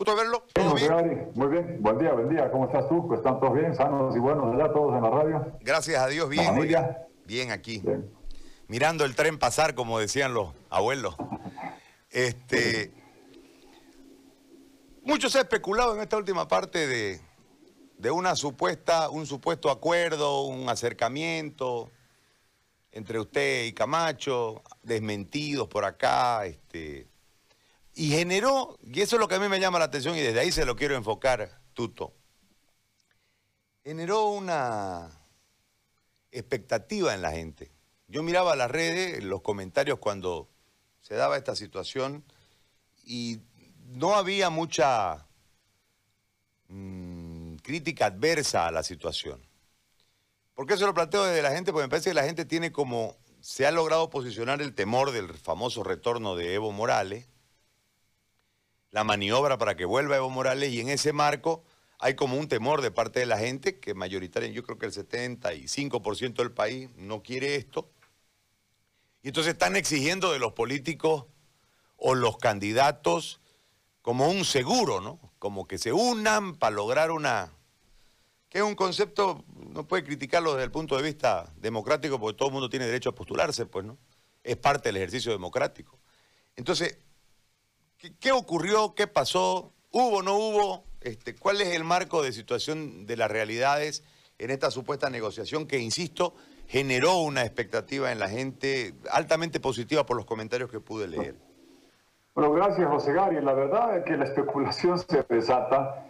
Gusto verlo. Bien, ¿Todo José bien? Gary, muy bien. Buen día. ¿Cómo estás tú? Pues están todos bien, sanos y buenos allá, todos en la radio. Gracias a Dios, ¿La bien, oiga. familia? Bien aquí. Bien. Mirando el tren pasar, como decían los abuelos. Sí. Mucho se ha especulado en esta última parte de un supuesto acuerdo, un acercamiento entre usted y Camacho, desmentidos por acá, y generó, y eso es lo que a mí me llama la atención y desde ahí se lo quiero enfocar, Tuto, generó una expectativa en la gente. Yo miraba las redes, los comentarios cuando se daba esta situación y no había mucha crítica adversa a la situación. ¿Por qué se lo planteo desde la gente? Porque me parece que la gente tiene como, se ha logrado posicionar el temor del famoso retorno de Evo Morales, la maniobra para que vuelva Evo Morales, y en ese marco hay como un temor de parte de la gente, que mayoritaria, yo creo que el 75% del país no quiere esto, y entonces están exigiendo de los políticos o los candidatos como un seguro, ¿no? Como que se unan para lograr que es un concepto, no puede criticarlo desde el punto de vista democrático, porque todo el mundo tiene derecho a postularse, pues, ¿no? Es parte del ejercicio democrático. Entonces, ¿qué ocurrió? ¿Qué pasó? ¿Hubo o no hubo? ¿Cuál es el marco de situación de las realidades en esta supuesta negociación que, insisto, generó una expectativa en la gente altamente positiva por los comentarios que pude leer? Bueno, gracias, José Gary. La verdad es que la especulación se desata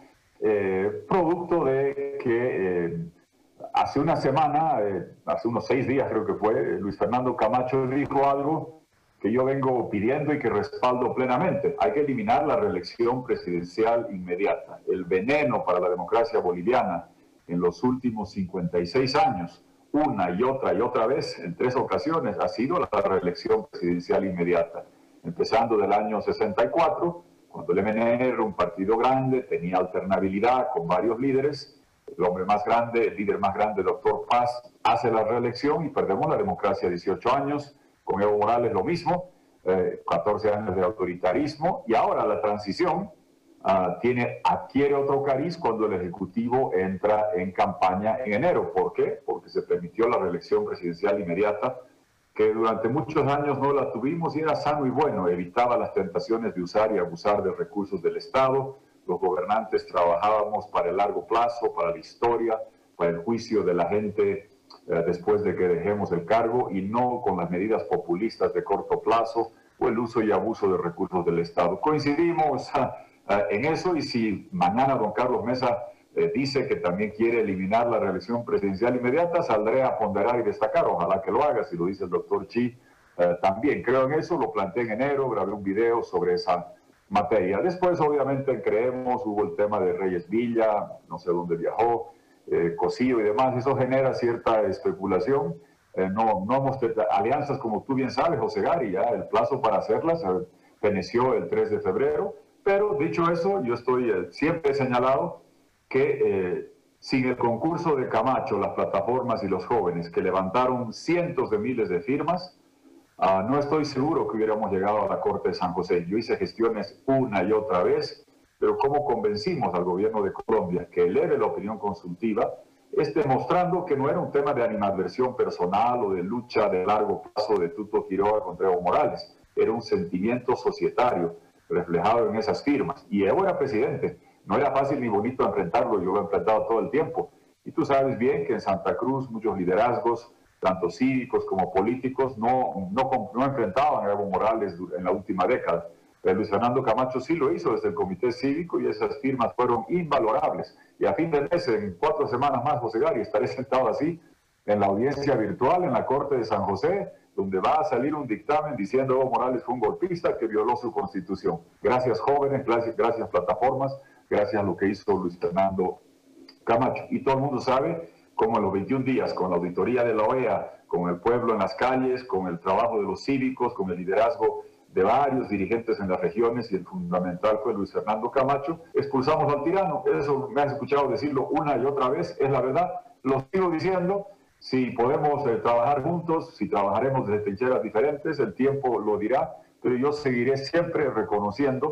producto de que hace una semana, hace unos 6 días creo que fue, Luis Fernando Camacho dijo algo que yo vengo pidiendo y que respaldo plenamente. Hay que eliminar la reelección presidencial inmediata. El veneno para la democracia boliviana en los últimos 56 años, una y otra vez, en 3 ocasiones, ha sido la reelección presidencial inmediata. Empezando del año 64, cuando el MNR era un partido grande, tenía alternabilidad con varios líderes, el hombre más grande, el líder más grande, el doctor Paz, hace la reelección y perdemos la democracia 18 años, con Evo Morales lo mismo, 14 años de autoritarismo, y ahora la transición adquiere otro cariz cuando el Ejecutivo entra en campaña en enero. ¿Por qué? Porque se permitió la reelección presidencial inmediata, que durante muchos años no la tuvimos y era sano y bueno, evitaba las tentaciones de usar y abusar de recursos del Estado. Los gobernantes trabajábamos para el largo plazo, para la historia, para el juicio de la gente después de que dejemos el cargo y no con las medidas populistas de corto plazo o el uso y abuso de recursos del Estado. Coincidimos en eso, y si mañana don Carlos Mesa dice que también quiere eliminar la reelección presidencial inmediata, saldré a ponderar y destacar, ojalá que lo haga, si lo dice el doctor Chi, también creo en eso, lo planteé en enero, grabé un video sobre esa materia. Después, obviamente, creemos, hubo el tema de Reyes Villa, no sé dónde viajó, Cosío y demás, eso genera cierta especulación. No hemos alianzas, como tú bien sabes, José Gary, ya el plazo para hacerlas feneció el 3 de febrero, pero dicho eso, yo siempre he señalado que sin el concurso de Camacho, las plataformas y los jóvenes que levantaron cientos de miles de firmas, no estoy seguro que hubiéramos llegado a la Corte de San José. Yo hice gestiones una y otra vez, pero ¿cómo convencimos al gobierno de Colombia que eleve la opinión consultiva? Es demostrando que no era un tema de animadversión personal o de lucha de largo plazo de Tuto Quiroga contra Evo Morales. Era un sentimiento societario reflejado en esas firmas. Y Evo era presidente. No era fácil ni bonito enfrentarlo, yo lo he enfrentado todo el tiempo. Y tú sabes bien que en Santa Cruz muchos liderazgos, tanto cívicos como políticos, no enfrentaban a Evo Morales en la última década. Luis Fernando Camacho sí lo hizo desde el Comité Cívico y esas firmas fueron invalorables. Y a fin de mes, en 4 semanas más, José Gary, estaré sentado así en la audiencia virtual en la Corte de San José, donde va a salir un dictamen diciendo Evo Morales fue un golpista que violó su constitución. Gracias jóvenes, gracias plataformas, gracias a lo que hizo Luis Fernando Camacho. Y todo el mundo sabe cómo en los 21 días, con la auditoría de la OEA, con el pueblo en las calles, con el trabajo de los cívicos, con el liderazgo de varios dirigentes en las regiones, y el fundamental fue Luis Fernando Camacho, expulsamos al tirano. Eso me has escuchado decirlo una y otra vez, es la verdad, lo sigo diciendo. Si podemos trabajar juntos, si trabajaremos desde trincheras diferentes, el tiempo lo dirá, pero yo seguiré siempre reconociendo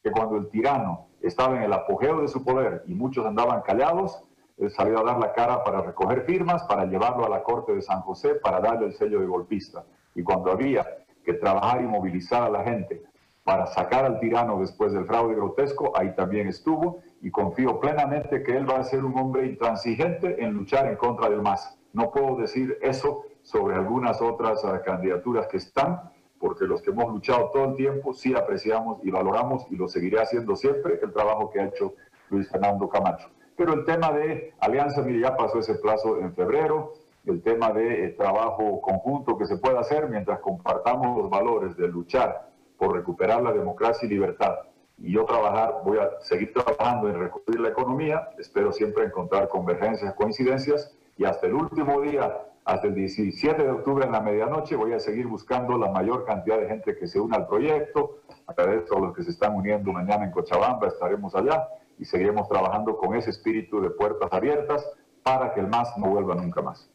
que cuando el tirano estaba en el apogeo de su poder y muchos andaban callados, él salió a dar la cara para recoger firmas, para llevarlo a la Corte de San José, para darle el sello de golpista. Y cuando había que trabajar y movilizar a la gente para sacar al tirano después del fraude grotesco, ahí también estuvo, y confío plenamente que él va a ser un hombre intransigente en luchar en contra del MAS. No puedo decir eso sobre algunas otras candidaturas que están, porque los que hemos luchado todo el tiempo sí apreciamos y valoramos, y lo seguiré haciendo siempre, el trabajo que ha hecho Luis Fernando Camacho. Pero el tema de alianza, mire, ya pasó ese plazo en febrero, el tema de trabajo conjunto que se pueda hacer mientras compartamos los valores de luchar por recuperar la democracia y libertad. Y yo voy a seguir trabajando en reconstruir la economía, espero siempre encontrar convergencias, coincidencias, y hasta el último día, hasta el 17 de octubre en la medianoche, voy a seguir buscando la mayor cantidad de gente que se una al proyecto. Agradezco a los que se están uniendo mañana en Cochabamba, estaremos allá y seguiremos trabajando con ese espíritu de puertas abiertas para que el MAS no vuelva nunca más.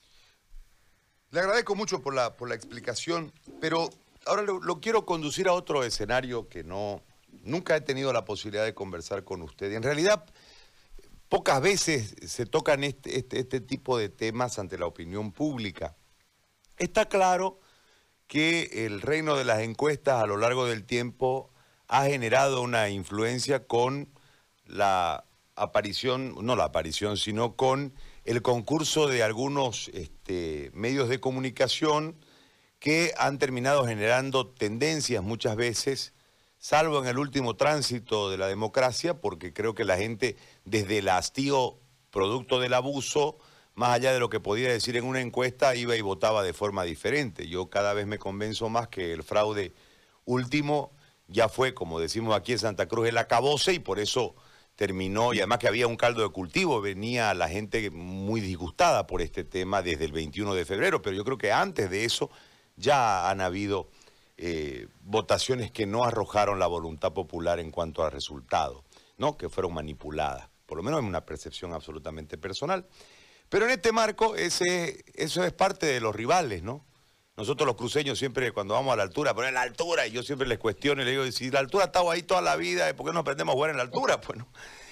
Le agradezco mucho por la explicación, pero ahora lo quiero conducir a otro escenario que nunca he tenido la posibilidad de conversar con usted. Y en realidad, pocas veces se tocan este tipo de temas ante la opinión pública. Está claro que el reino de las encuestas a lo largo del tiempo ha generado una influencia con la aparición, no la aparición, sino con el concurso de algunos medios de comunicación que han terminado generando tendencias muchas veces, salvo en el último tránsito de la democracia, porque creo que la gente, desde el hastío producto del abuso, más allá de lo que podía decir en una encuesta, iba y votaba de forma diferente. Yo cada vez me convenzo más que el fraude último ya fue, como decimos aquí en Santa Cruz, el acabose, y por eso terminó, y además que había un caldo de cultivo, venía la gente muy disgustada por este tema desde el 21 de febrero, pero yo creo que antes de eso ya han habido votaciones que no arrojaron la voluntad popular en cuanto al resultado, ¿no? Que fueron manipuladas, por lo menos en una percepción absolutamente personal. Pero en este marco, eso es parte de los rivales, ¿no? Nosotros los cruceños siempre cuando vamos a la altura, ponen la altura, y yo siempre les cuestiono y les digo, si la altura ha estado ahí toda la vida, ¿por qué no aprendemos a jugar en la altura? Bueno,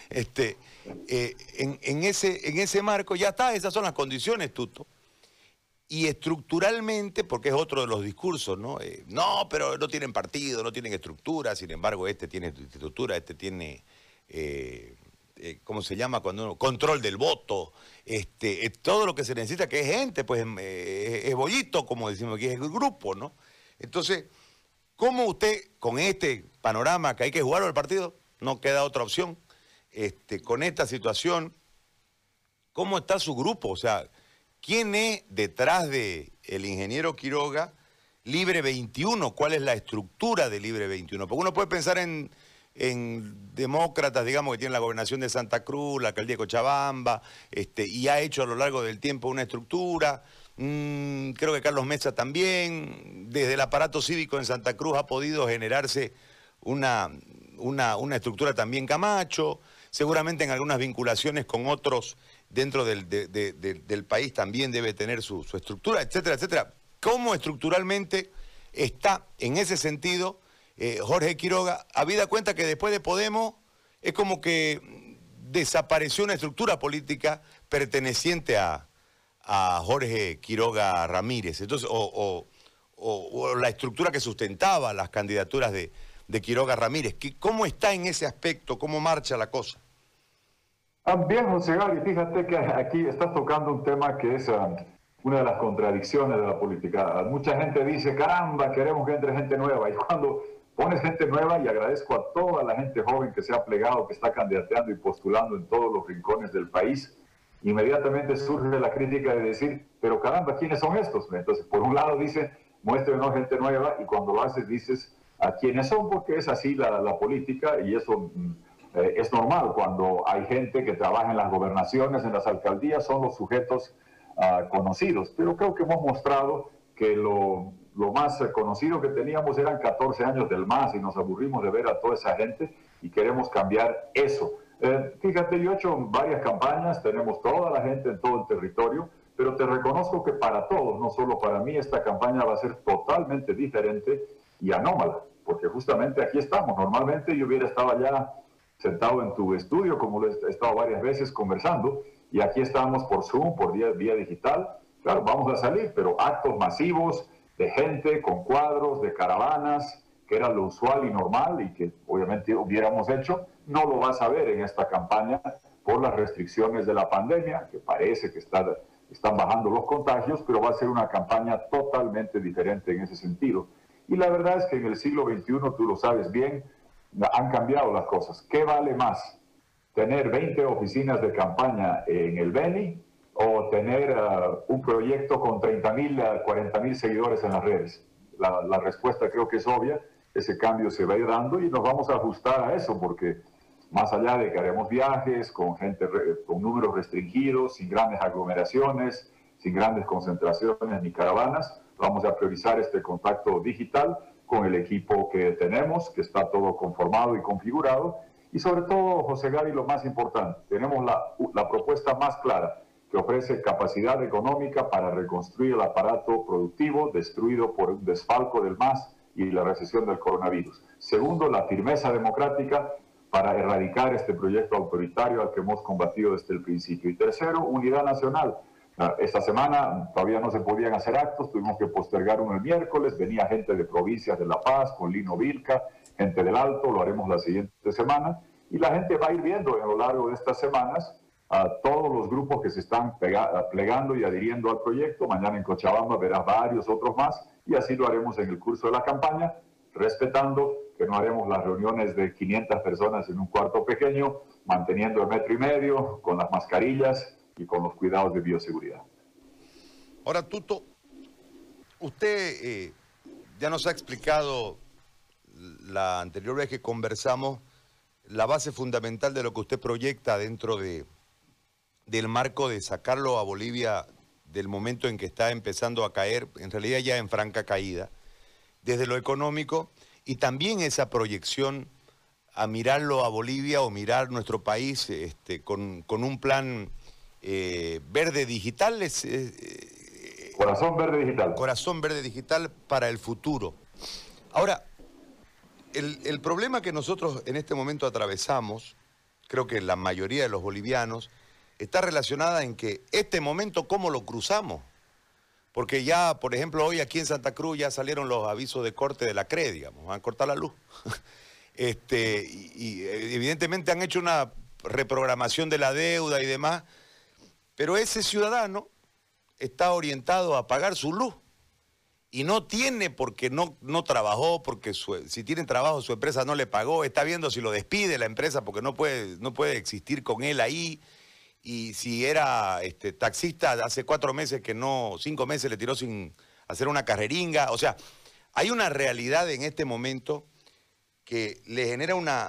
en ese marco ya está, esas son las condiciones, Tuto. Y estructuralmente, porque es otro de los discursos, ¿no? No, pero no tienen partido, no tienen estructura, sin embargo, este tiene estructura, este tiene, ¿cómo se llama? Control del voto, todo lo que se necesita, que es gente, pues es bollito, como decimos aquí, es el grupo, ¿no? Entonces, ¿cómo usted, con este panorama que hay que jugarlo el partido, no queda otra opción, con esta situación, cómo está su grupo? O sea, ¿quién es detrás del ingeniero Quiroga Libre 21? ¿Cuál es la estructura de Libre 21? Porque uno puede pensar en demócratas, digamos, que tienen la gobernación de Santa Cruz, la alcaldía de Cochabamba, y ha hecho a lo largo del tiempo una estructura. Creo que Carlos Mesa también, desde el aparato cívico en Santa Cruz ha podido generarse una estructura también Camacho, seguramente en algunas vinculaciones con otros dentro del país también debe tener su estructura, etcétera, etcétera. ¿Cómo estructuralmente está en ese sentido Jorge Quiroga, habida cuenta que después de Podemos es como que desapareció una estructura política perteneciente a Jorge Quiroga Ramírez? Entonces, o la estructura que sustentaba las candidaturas de Quiroga Ramírez. ¿Cómo está en ese aspecto? ¿Cómo marcha la cosa? Bien, José Gary, fíjate que aquí estás tocando un tema que es una de las contradicciones de la política. Mucha gente dice, caramba, queremos que entre gente nueva. Y cuando pones gente nueva, y agradezco a toda la gente joven que se ha plegado, que está candidateando y postulando en todos los rincones del país, inmediatamente surge la crítica de decir, pero caramba, ¿quiénes son estos? Entonces, por un lado dice, muéstrenos gente nueva, y cuando lo haces dices, ¿a quiénes son? Porque es así la política, y eso es normal. Cuando hay gente que trabaja en las gobernaciones, en las alcaldías, son los sujetos conocidos. Pero creo que hemos mostrado que lo más conocido que teníamos eran 14 años del MAS, y nos aburrimos de ver a toda esa gente y queremos cambiar eso. Fíjate, yo he hecho varias campañas, tenemos toda la gente en todo el territorio, pero te reconozco que para todos, no solo para mí, esta campaña va a ser totalmente diferente y anómala. porque justamente aquí estamos. Normalmente yo hubiera estado allá sentado en tu estudio, como lo he estado varias veces conversando, y aquí estamos por Zoom, por vía digital. Claro, vamos a salir, pero actos masivos de gente con cuadros, de caravanas, que era lo usual y normal y que obviamente hubiéramos hecho, no lo vas a ver en esta campaña por las restricciones de la pandemia, que parece que están bajando los contagios, pero va a ser una campaña totalmente diferente en ese sentido. Y la verdad es que en el siglo XXI, tú lo sabes bien, han cambiado las cosas. ¿Qué vale más? ¿Tener 20 oficinas de campaña en el Beni o tener un proyecto con 30.000, 40.000 seguidores en las redes? La respuesta creo que es obvia. Ese cambio se va a ir dando y nos vamos a ajustar a eso, porque más allá de que haremos viajes con gente con números restringidos, sin grandes aglomeraciones, sin grandes concentraciones ni caravanas, vamos a priorizar este contacto digital con el equipo que tenemos, que está todo conformado y configurado. Y sobre todo, José Gary, lo más importante, tenemos la propuesta más clara, que ofrece capacidad económica para reconstruir el aparato productivo destruido por un desfalco del MAS y la recesión del coronavirus. Segundo, la firmeza democrática para erradicar este proyecto autoritario al que hemos combatido desde el principio. Y tercero, unidad nacional. Esta semana todavía no se podían hacer actos, tuvimos que postergar uno el miércoles, venía gente de provincias de La Paz, con Lino Vilca, gente del Alto, lo haremos la siguiente semana, y la gente va a ir viendo a lo largo de estas semanas a todos los grupos que se están plegando y adhiriendo al proyecto. Mañana en Cochabamba verás varios otros más, y así lo haremos en el curso de la campaña, respetando que no haremos las reuniones de 500 personas en un cuarto pequeño, manteniendo el 1,5 metros, con las mascarillas y con los cuidados de bioseguridad. Ahora, Tuto, usted ya nos ha explicado la anterior vez que conversamos la base fundamental de lo que usted proyecta dentro del marco de sacarlo a Bolivia del momento en que está empezando a caer, en realidad ya en franca caída, desde lo económico, y también esa proyección a mirarlo a Bolivia o mirar nuestro país con un plan verde digital. Corazón Verde Digital. Corazón Verde Digital para el futuro. Ahora, el problema que nosotros en este momento atravesamos, creo que la mayoría de los bolivianos, está relacionada en que este momento, ¿cómo lo cruzamos? Porque ya, por ejemplo, hoy aquí en Santa Cruz ya salieron los avisos de corte de la CRE, digamos, van a cortar la luz. Y evidentemente han hecho una reprogramación de la deuda y demás, pero ese ciudadano está orientado a pagar su luz y no tiene porque no trabajó, porque si tiene trabajo su empresa no le pagó, está viendo si lo despide la empresa porque no puede existir con él ahí. Y si era taxista, hace 4 meses que no, 5 meses le tiró sin hacer una carreringa. O sea, hay una realidad en este momento que le genera una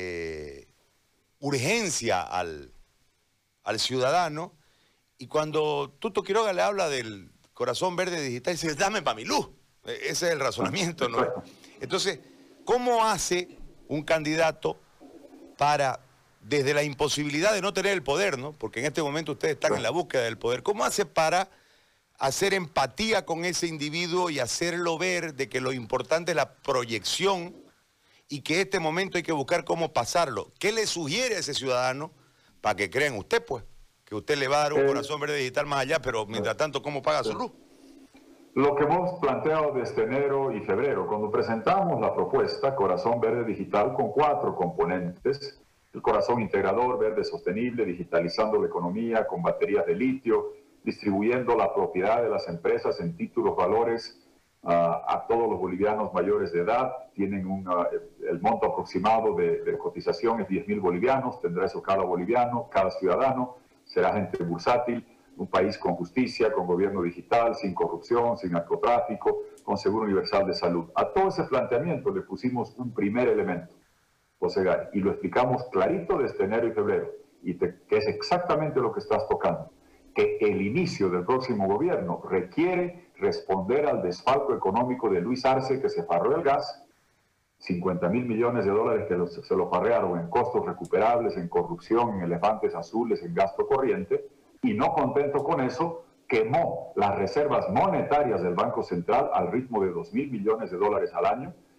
urgencia al ciudadano. Y cuando Tuto Quiroga le habla del Corazón Verde Digital, dice, dame para mi luz. Ese es el razonamiento, ¿no? Entonces, ¿cómo hace un candidato para, desde la imposibilidad de no tener el poder, ¿no? Porque en este momento ustedes están en la búsqueda del poder, ¿cómo hace para hacer empatía con ese individuo y hacerlo ver de que lo importante es la proyección y que este momento hay que buscar cómo pasarlo? ¿Qué le sugiere a ese ciudadano para que crea en usted, pues? Que usted le va a dar un Corazón Verde Digital más allá, pero mientras tanto, ¿cómo paga su luz? Lo que hemos planteado desde enero y febrero, cuando presentamos la propuesta Corazón Verde Digital con 4 componentes: el corazón integrador, verde sostenible, digitalizando la economía con baterías de litio, distribuyendo la propiedad de las empresas en títulos valores a todos los bolivianos mayores de edad. Tienen el monto aproximado de cotización es 10.000 bolivianos, tendrá eso cada boliviano, cada ciudadano. Será gente bursátil, un país con justicia, con gobierno digital, sin corrupción, sin narcotráfico, con seguro universal de salud. A todo ese planteamiento le pusimos un primer elemento, José Gary, y lo explicamos clarito desde enero y febrero, que es exactamente lo que estás tocando, que el inicio del próximo gobierno requiere responder al desfalco económico de Luis Arce, que se farreó el gas, 50.000 millones de dólares que se lo farrearon en costos recuperables, en corrupción, en elefantes azules, en gasto corriente, y no contento con eso, quemó las reservas monetarias del Banco Central al ritmo de 2.000 millones de dólares al año,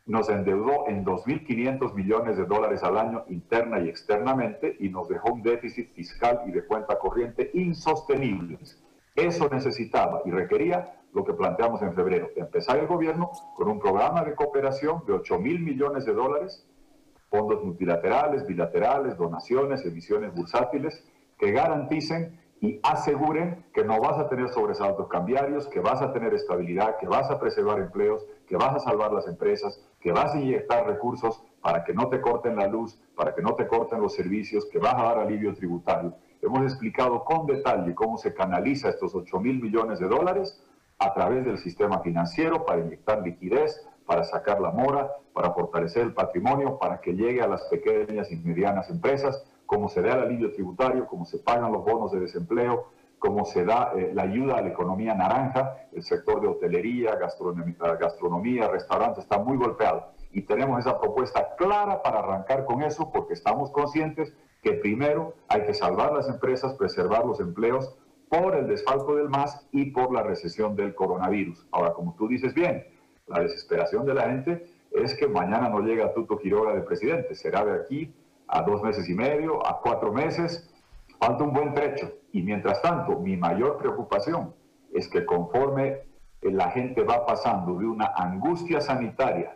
nos endeudó en 2.500 millones de dólares al año interna y externamente y nos dejó un déficit fiscal y de cuenta corriente insostenibles. Eso necesitaba y requería lo que planteamos en febrero, empezar el gobierno con un programa de cooperación de 8.000 millones de dólares, fondos multilaterales, bilaterales, donaciones, emisiones bursátiles, que garanticen y aseguren que no vas a tener sobresaltos cambiarios, que vas a tener estabilidad, que vas a preservar empleos, que vas a salvar las empresas, que vas a inyectar recursos para que no te corten la luz, para que no te corten los servicios, que vas a dar alivio tributario. Hemos explicado con detalle cómo se canaliza estos 8.000 millones de dólares a través del sistema financiero para inyectar liquidez, para sacar la mora, para fortalecer el patrimonio, para que llegue a las pequeñas y medianas empresas, cómo se da el alivio tributario, cómo se pagan los bonos de desempleo, cómo se da la ayuda a la economía naranja. El sector de hotelería, gastronomía, restaurantes está muy golpeado. Y tenemos esa propuesta clara para arrancar con eso, porque estamos conscientes que primero hay que salvar las empresas, preservar los empleos por el desfalco del MAS y por la recesión del coronavirus. Ahora, como tú dices bien, la desesperación de la gente es que mañana no llega Tuto Quiroga de presidente. Será de aquí a 2 meses y medio, a 4 meses. Falta un buen trecho. Y mientras tanto, mi mayor preocupación es que conforme la gente va pasando de una angustia sanitaria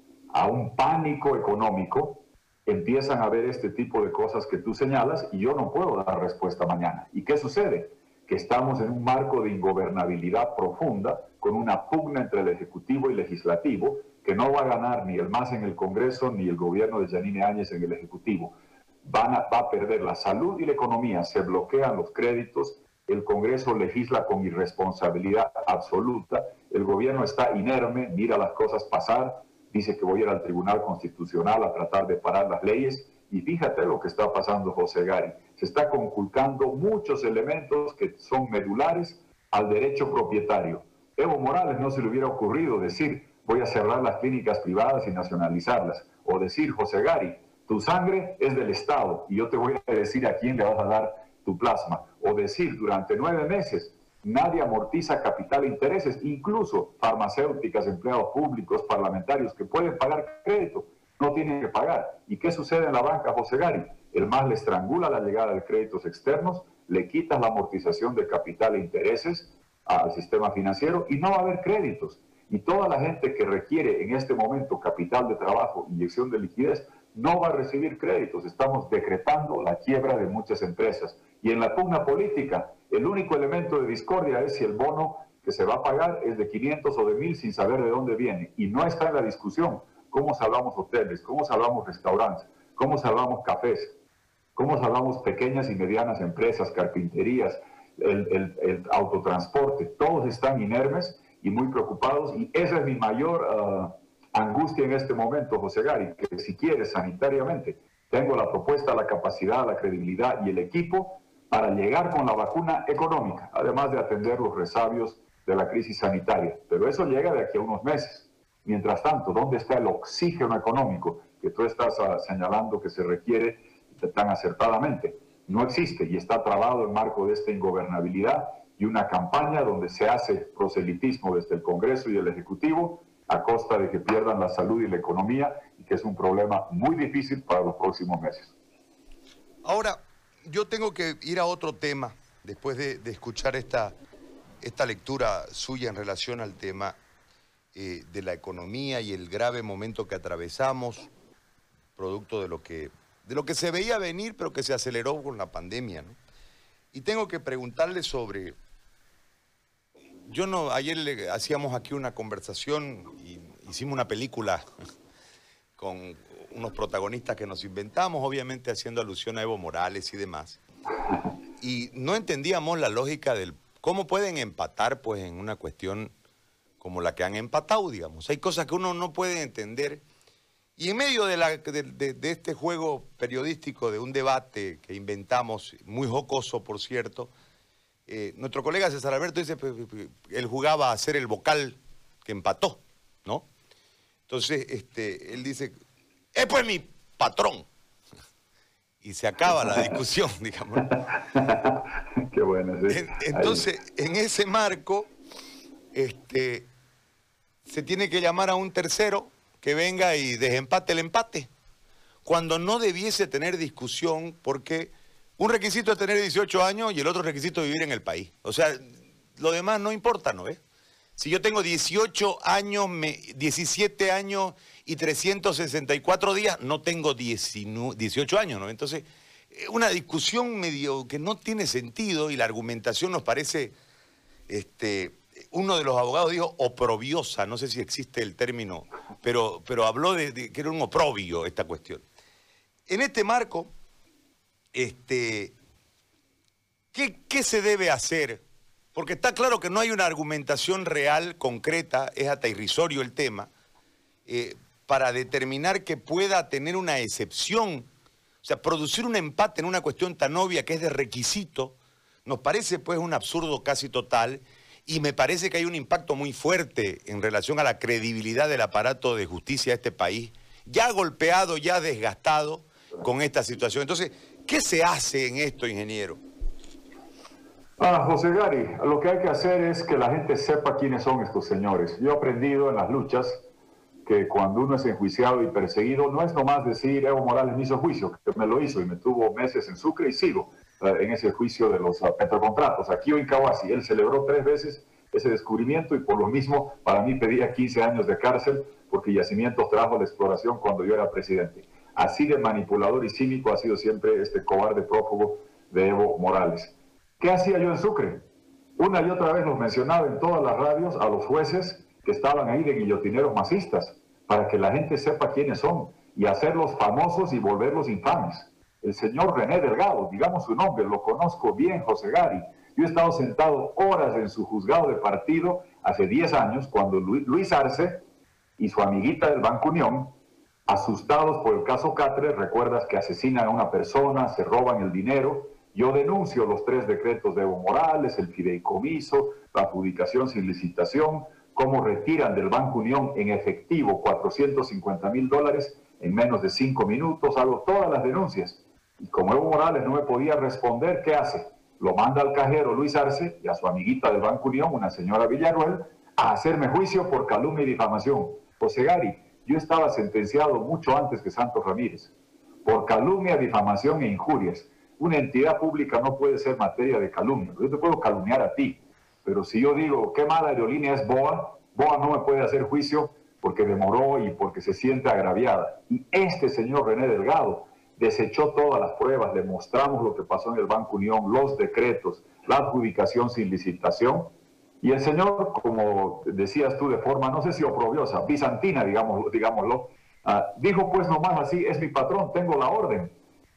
a un pánico económico, empiezan a ver este tipo de cosas que tú señalas y yo no puedo dar respuesta mañana. ¿Y qué sucede? Que estamos en un marco de ingobernabilidad profunda, con una pugna entre el Ejecutivo y Legislativo, que no va a ganar ni el MAS en el Congreso, ni el gobierno de Yanine Áñez en el Ejecutivo. Va a perder la salud y la economía, se bloquean los créditos, el Congreso legisla con irresponsabilidad absoluta, el gobierno está inerme, mira las cosas pasar, dice que voy a ir al Tribunal Constitucional a tratar de parar las leyes, y fíjate lo que está pasando, José Gari. Se está conculcando muchos elementos que son medulares al derecho propietario. Evo Morales no se le hubiera ocurrido decir, voy a cerrar las clínicas privadas y nacionalizarlas. O decir, José Gari, tu sangre es del Estado y yo te voy a decir a quién le vas a dar tu plasma. O decir, durante 9 meses, nadie amortiza capital e intereses, incluso farmacéuticas, empleados públicos, parlamentarios que pueden pagar crédito, no tienen que pagar. ¿Y qué sucede en la banca, José Gari? El MAS le estrangula la llegada de créditos externos, le quitas la amortización de capital e intereses al sistema financiero y no va a haber créditos. Y toda la gente que requiere en este momento capital de trabajo, inyección de liquidez, no va a recibir créditos. Estamos decretando la quiebra de muchas empresas. Y en la pugna política, el único elemento de discordia es si el bono que se va a pagar es de 500 o de 1.000 sin saber de dónde viene. Y no está en la discusión cómo salvamos hoteles, cómo salvamos restaurantes, cómo salvamos cafés, cómo salvamos pequeñas y medianas empresas, carpinterías, el autotransporte. Todos están inermes y muy preocupados. Y esa es mi mayor angustia en este momento, José Gari, que si quieres sanitariamente, tengo la propuesta, la capacidad, la credibilidad y el equipo para llegar con la vacuna económica, además de atender los resabios de la crisis sanitaria. Pero eso llega de aquí a unos meses. Mientras tanto, ¿dónde está el oxígeno económico que tú estás señalando que se requiere tan acertadamente? No existe y está trabado en marco de esta ingobernabilidad y una campaña donde se hace proselitismo desde el Congreso y el Ejecutivo a costa de que pierdan la salud y la economía, y que es un problema muy difícil para los próximos meses. Ahora, yo tengo que ir a otro tema, después de escuchar esta lectura suya en relación al tema de la economía y el grave momento que atravesamos, producto de lo que se veía venir, pero que se aceleró con la pandemia, ¿no? Y tengo que preguntarle sobre... Ayer hacíamos aquí una conversación y hicimos una película con unos protagonistas que nos inventamos, obviamente haciendo alusión a Evo Morales y demás. Y no entendíamos la lógica del cómo pueden empatar pues en una cuestión como la que han empatado, digamos. Hay cosas que uno no puede entender. Y en medio de este juego periodístico, de un debate que inventamos, muy jocoso por cierto, nuestro colega César Alberto dice que él jugaba a ser el vocal que empató, ¿no? Entonces, él dice, pues mi patrón. Y se acaba la discusión, digamos. Qué bueno, sí. Entonces, en ese marco, se tiene que llamar a un tercero que venga y desempate el empate, cuando no debiese tener discusión, porque un requisito es tener 18 años y el otro requisito es vivir en el país. O sea, lo demás no importa, ¿no ves? Si yo tengo 18 años, 17 años y 364 días, no tengo 18 años, ¿no? Entonces, una discusión medio que no tiene sentido y la argumentación nos parece, uno de los abogados dijo oprobiosa, no sé si existe el término, pero habló de que era un oprobio esta cuestión. En este marco, ¿qué se debe hacer? Porque está claro que no hay una argumentación real, concreta, es hasta irrisorio el tema, para determinar que pueda tener una excepción. O sea, producir un empate en una cuestión tan obvia que es de requisito, nos parece pues un absurdo casi total, y me parece que hay un impacto muy fuerte en relación a la credibilidad del aparato de justicia de este país, ya golpeado, ya desgastado con esta situación. Entonces, ¿qué se hace en esto, ingeniero? José Gary, lo que hay que hacer es que la gente sepa quiénes son estos señores. Yo he aprendido en las luchas que cuando uno es enjuiciado y perseguido, no es nomás decir Evo Morales me hizo juicio, que me lo hizo y me tuvo meses en Sucre y sigo en ese juicio de los petrocontratos. Aquí en Kawasi, él celebró 3 veces ese descubrimiento y por lo mismo para mí pedía 15 años de cárcel porque Yacimientos trajo la exploración cuando yo era presidente. Así de manipulador y cínico ha sido siempre este cobarde prófugo de Evo Morales. ¿Qué hacía yo en Sucre? Una y otra vez los mencionaba en todas las radios a los jueces que estaban ahí de guillotineros masistas, para que la gente sepa quiénes son y hacerlos famosos y volverlos infames. El señor René Delgado, digamos su nombre, lo conozco bien, José Gary. Yo he estado sentado horas en su juzgado de partido hace 10 años, cuando Luis Arce y su amiguita del Banco Unión, asustados por el caso Catre, recuerdas que asesinan a una persona, se roban el dinero. Yo denuncio los 3 decretos de Evo Morales, el fideicomiso, la adjudicación sin licitación, cómo retiran del Banco Unión en efectivo $450,000 en menos de 5 minutos. Hago todas las denuncias. Y como Evo Morales no me podía responder, ¿qué hace? Lo manda al cajero Luis Arce y a su amiguita del Banco Unión, una señora Villarroel, a hacerme juicio por calumnia y difamación. José Gary, yo estaba sentenciado mucho antes que Santos Ramírez por calumnia, difamación e injurias. Una entidad pública no puede ser materia de calumnia. Yo te puedo calumniar a ti, pero si yo digo qué mala aerolínea es BOA, BOA no me puede hacer juicio porque demoró y porque se siente agraviada. Y este señor René Delgado desechó todas las pruebas, le mostramos lo que pasó en el Banco Unión, los decretos, la adjudicación sin licitación. Y el señor, como decías tú de forma, no sé si oprobiosa, bizantina, digámoslo, dijo pues nomás así, es mi patrón, tengo la orden.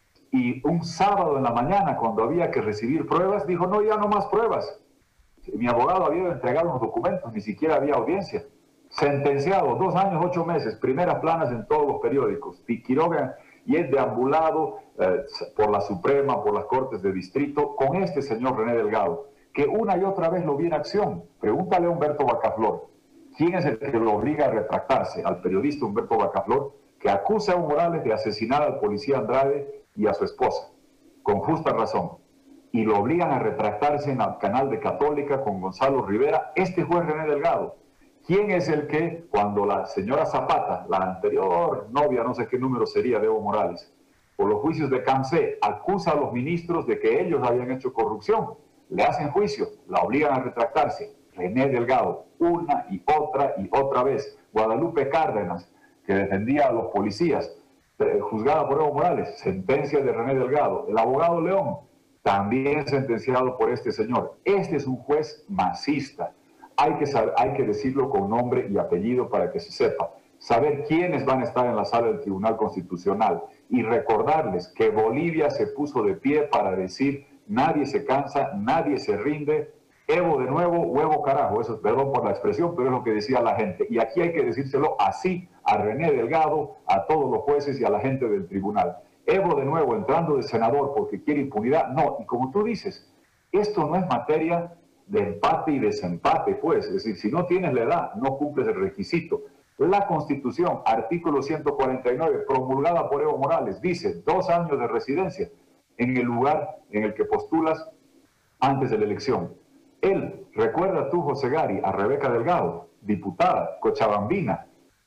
Y un sábado en la mañana, cuando había que recibir pruebas, dijo, no, ya no más pruebas. Mi abogado había entregado unos documentos, ni siquiera había audiencia. Sentenciado, 2 años, 8 meses, primeras planas en todos los periódicos. Quiroga y es deambulado por la Suprema, por las Cortes de Distrito, con este señor René Delgado, que una y otra vez lo vi en acción. Pregúntale a Humberto Bacaflor, ¿quién es el que lo obliga a retractarse? Al periodista Humberto Bacaflor, que acusa a Evo Morales de asesinar al policía Andrade y a su esposa, con justa razón, y lo obligan a retractarse en el canal de Católica con Gonzalo Rivera, este juez René Delgado. ¿Quién es el que, cuando la señora Zapata, la anterior novia, no sé qué número sería de Evo Morales, por los juicios de CAMSE, acusa a los ministros de que ellos habían hecho corrupción? Le hacen juicio, la obligan a retractarse. René Delgado, una y otra vez. Guadalupe Cárdenas, que defendía a los policías, juzgada por Evo Morales, sentencia de René Delgado. El abogado León, también sentenciado por este señor. Este es un juez masista. Hay que decirlo con nombre y apellido para que se sepa. Saber quiénes van a estar en la sala del Tribunal Constitucional y recordarles que Bolivia se puso de pie para decir nadie se cansa, nadie se rinde, Evo de nuevo, huevo carajo. Eso es, perdón por la expresión, pero es lo que decía la gente. Y aquí hay que decírselo así a René Delgado, a todos los jueces y a la gente del tribunal. Evo de nuevo entrando de senador porque quiere impunidad. No, y como tú dices, esto no es materia de empate y desempate, pues. Es decir, si no tienes la edad, no cumples el requisito. La Constitución, artículo 149, promulgada por Evo Morales, dice 2 años de residencia en el lugar en el que postulas antes de la elección. Él, recuerda tú, José Gary, a Rebeca Delgado, diputada, cochabambina.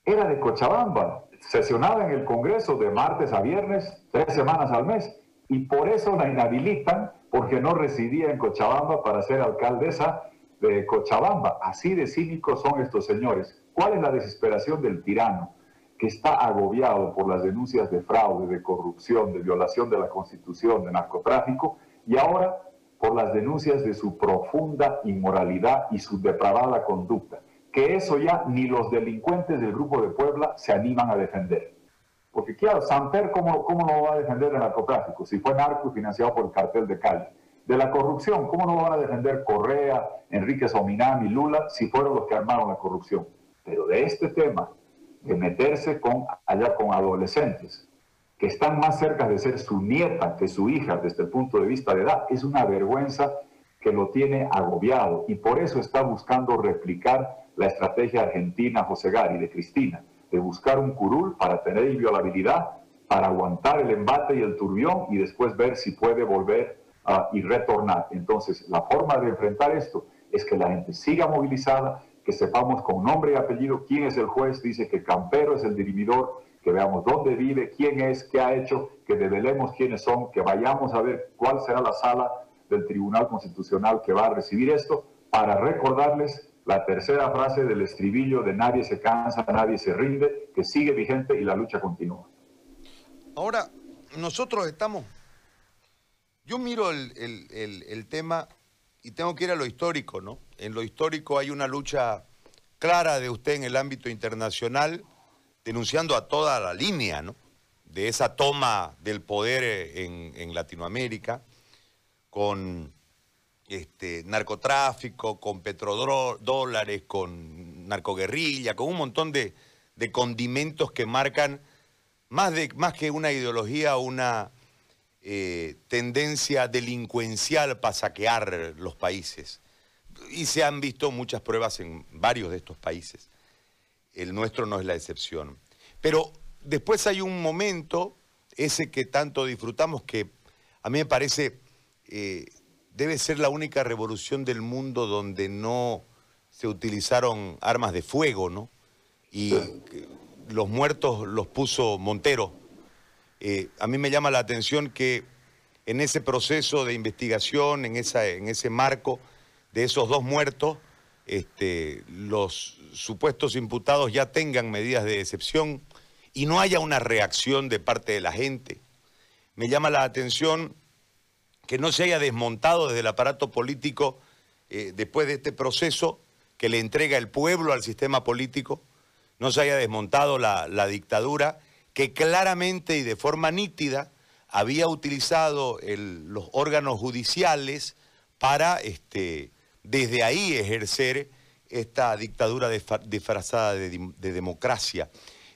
era de Cochabamba. Sesionaba en el Congreso de martes a viernes, 3 semanas al mes. Y por eso la inhabilitan, porque no residía en Cochabamba para ser alcaldesa de Cochabamba. Así de cínicos son estos señores. ¿Cuál es la desesperación del tirano que está agobiado por las denuncias de fraude, de corrupción, de violación de la Constitución, de narcotráfico, y ahora por las denuncias de su profunda inmoralidad y su depravada conducta? Que eso ya ni los delincuentes del Grupo de Puebla se animan a defender. Porque claro, Samper, ¿cómo lo va a defender del narcotráfico? Si fue narco y financiado por el cartel de Cali. De la corrupción, ¿cómo no lo van a defender Correa, Enrique Sominami, Lula, si fueron los que armaron la corrupción? Pero de este tema, de meterse con adolescentes que están más cerca de ser su nieta que su hija desde el punto de vista de edad, es una vergüenza que lo tiene agobiado, y por eso está buscando replicar la estrategia argentina, José Gari, de Cristina, de buscar un curul para tener inviolabilidad, para aguantar el embate y el turbión y después ver si puede volver y retornar. Entonces, la forma de enfrentar esto es que la gente siga movilizada, que sepamos con nombre y apellido quién es el juez, dice que Campero es el dirimidor, que veamos dónde vive, quién es, qué ha hecho, que develemos quiénes son, que vayamos a ver cuál será la sala del Tribunal Constitucional que va a recibir esto, para recordarles la tercera frase del estribillo de nadie se cansa, nadie se rinde, que sigue vigente y la lucha continúa. Ahora, nosotros estamos... Yo miro el tema y tengo que ir a lo histórico, ¿no? En lo histórico hay una lucha clara de usted en el ámbito internacional, denunciando a toda la línea, ¿no?, de esa toma del poder en Latinoamérica, con narcotráfico, con petrodólares, con narcoguerrilla, con un montón de condimentos que marcan más que una ideología, una tendencia delincuencial para saquear los países. Y se han visto muchas pruebas en varios de estos países. El nuestro no es la excepción. Pero después hay un momento, ese que tanto disfrutamos, que a mí me parece debe ser la única revolución del mundo donde no se utilizaron armas de fuego, ¿no? Y los muertos los puso Montero. A mí me llama la atención que en ese proceso de investigación, en ese marco de esos 2 muertos, los supuestos imputados ya tengan medidas de excepción y no haya una reacción de parte de la gente. Me llama la atención que no se haya desmontado desde el aparato político, después de este proceso que le entrega el pueblo al sistema político, no se haya desmontado la dictadura, que claramente y de forma nítida había utilizado los órganos judiciales para desde ahí ejercer esta dictadura disfrazada de democracia.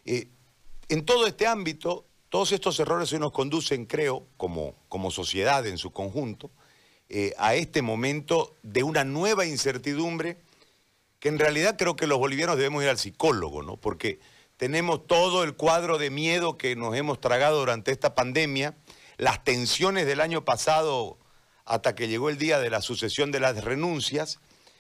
En todo este ámbito, todos estos errores hoy nos conducen, creo, como sociedad en su conjunto, a este momento de una nueva incertidumbre que en realidad creo que los bolivianos debemos ir al psicólogo, ¿no? Porque tenemos todo el cuadro de miedo que nos hemos tragado durante esta pandemia, las tensiones del año pasado hasta que llegó el día de la sucesión de las renuncias,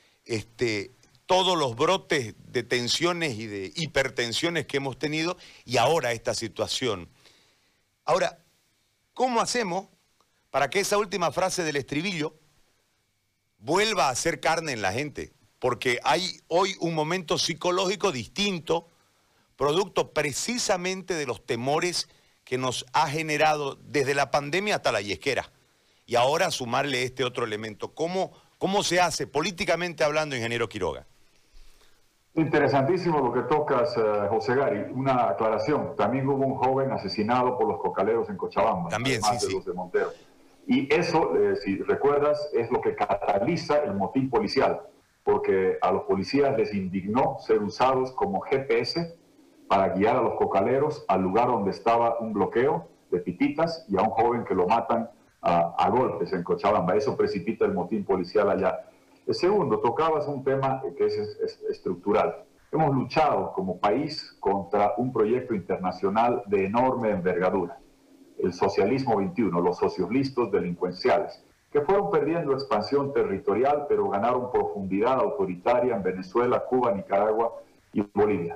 todos los brotes de tensiones y de hipertensiones que hemos tenido, y ahora esta situación. Ahora, ¿cómo hacemos para que esa última frase del estribillo vuelva a ser carne en la gente? Porque hay hoy un momento psicológico distinto, producto precisamente de los temores que nos ha generado desde la pandemia hasta la yesquera. Y ahora sumarle este otro elemento. ¿Cómo se hace políticamente hablando, ingeniero Quiroga? Interesantísimo lo que tocas, José Gari. Una aclaración. También hubo un joven asesinado por los cocaleros en Cochabamba. También, además sí, de sí. los de Montero. Y eso, si recuerdas, es lo que cataliza el motín policial. Porque a los policías les indignó ser usados como GPS para guiar a los cocaleros al lugar donde estaba un bloqueo de pititas y a un joven que lo matan a golpes en Cochabamba. Eso precipita el motín policial allá. El segundo, tocabas un tema que es estructural. Hemos luchado como país contra un proyecto internacional de enorme envergadura. El socialismo 21, los socios listos delincuenciales, que fueron perdiendo expansión territorial, pero ganaron profundidad autoritaria en Venezuela, Cuba, Nicaragua y Bolivia.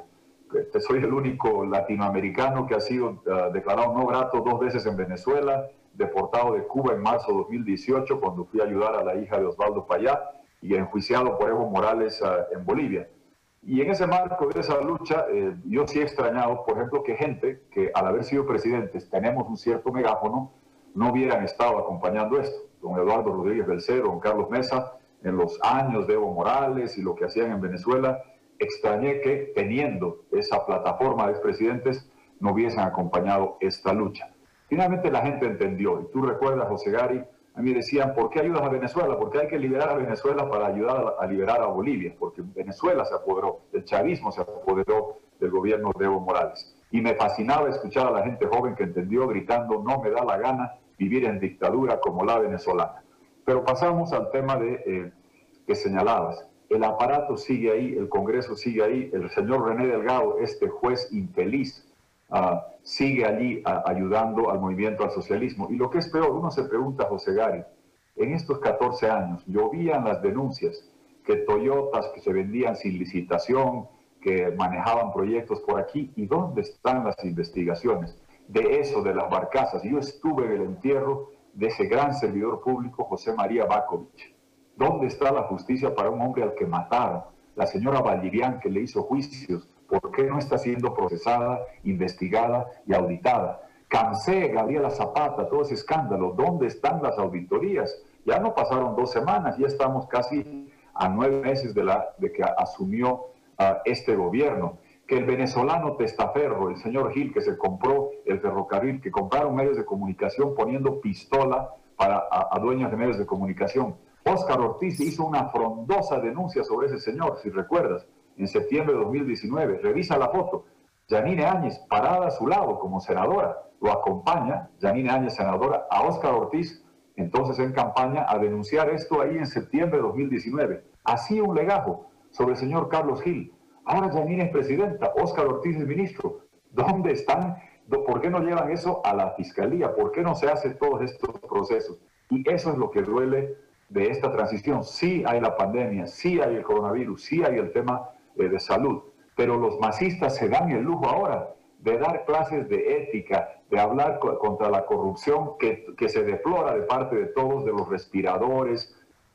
soy el único latinoamericano que ha sido declarado no grato 2 veces en Venezuela, deportado de Cuba en marzo de 2018 cuando fui a ayudar a la hija de Osvaldo Payá y enjuiciado por Evo Morales en Bolivia. Y en ese marco de esa lucha, yo sí he extrañado, por ejemplo, que gente que al haber sido presidentes tenemos un cierto megáfono, no hubieran estado acompañando esto. Don Eduardo Rodríguez Belcero, don Carlos Mesa, en los años de Evo Morales y lo que hacían en Venezuela, extrañé que teniendo esa plataforma de expresidentes no hubiesen acompañado esta lucha. Finalmente la gente entendió, y tú recuerdas, José Gary, a mí decían, ¿por qué ayudas a Venezuela? Porque hay que liberar a Venezuela para ayudar a liberar a Bolivia, porque Venezuela se apoderó, el chavismo se apoderó del gobierno de Evo Morales. Y me fascinaba escuchar a la gente joven que entendió gritando, no me da la gana vivir en dictadura como la venezolana. Pero pasamos al tema que señalabas. El aparato sigue ahí, el Congreso sigue ahí, el señor René Delgado, este juez infeliz, sigue allí ayudando al movimiento al socialismo. Y lo que es peor, uno se pregunta, José Gary, en estos 14 años llovían las denuncias que Toyotas que se vendían sin licitación, que manejaban proyectos por aquí, ¿y dónde están las investigaciones de eso, de las barcazas? Yo estuve en el entierro de ese gran servidor público, José María Bakovich. ¿Dónde está la justicia para un hombre al que mataron? La señora Valdivian, que le hizo juicios, ¿por qué no está siendo procesada, investigada y auditada? Cansé, Gabriela Zapata, todo ese escándalo, ¿dónde están las auditorías? Ya no pasaron 2 semanas, ya estamos casi a 9 meses de que asumió este gobierno. Que el venezolano testaferro, el señor Gil, que se compró el ferrocarril, que compraron medios de comunicación poniendo pistola a dueños de medios de comunicación. Óscar Ortiz hizo una frondosa denuncia sobre ese señor, si recuerdas, en septiembre de 2019. Revisa la foto. Yanine Áñez, parada a su lado como senadora, lo acompaña, Yanine Áñez, senadora, a Óscar Ortiz, entonces en campaña, a denunciar esto ahí en septiembre de 2019. Así un legajo sobre el señor Carlos Gil. Ahora Yanine es presidenta, Óscar Ortiz es ministro. ¿Dónde están? ¿Por qué no llevan eso a la fiscalía? ¿Por qué no se hacen todos estos procesos? Y eso es lo que duele de esta transición. Sí hay la pandemia, sí hay el coronavirus, sí hay el tema de salud, pero los masistas se dan el lujo ahora de dar clases de ética, de hablar contra la corrupción que se deplora de parte de todos, de los respiradores,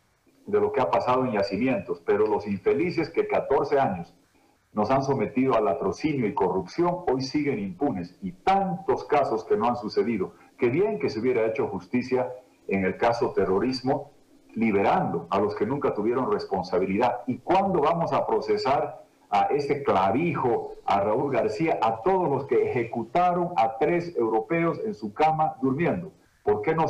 de lo que ha pasado en yacimientos, pero los infelices que 14 años nos han sometido al latrocinio y corrupción, hoy siguen impunes, y tantos casos que no han sucedido. Qué bien que se hubiera hecho justicia en el caso terrorismo, liberando a los que nunca tuvieron responsabilidad. ¿Y cuándo vamos a procesar a ese clavijo, a Raúl García, a todos los que ejecutaron a 3 europeos en su cama durmiendo? ¿Por qué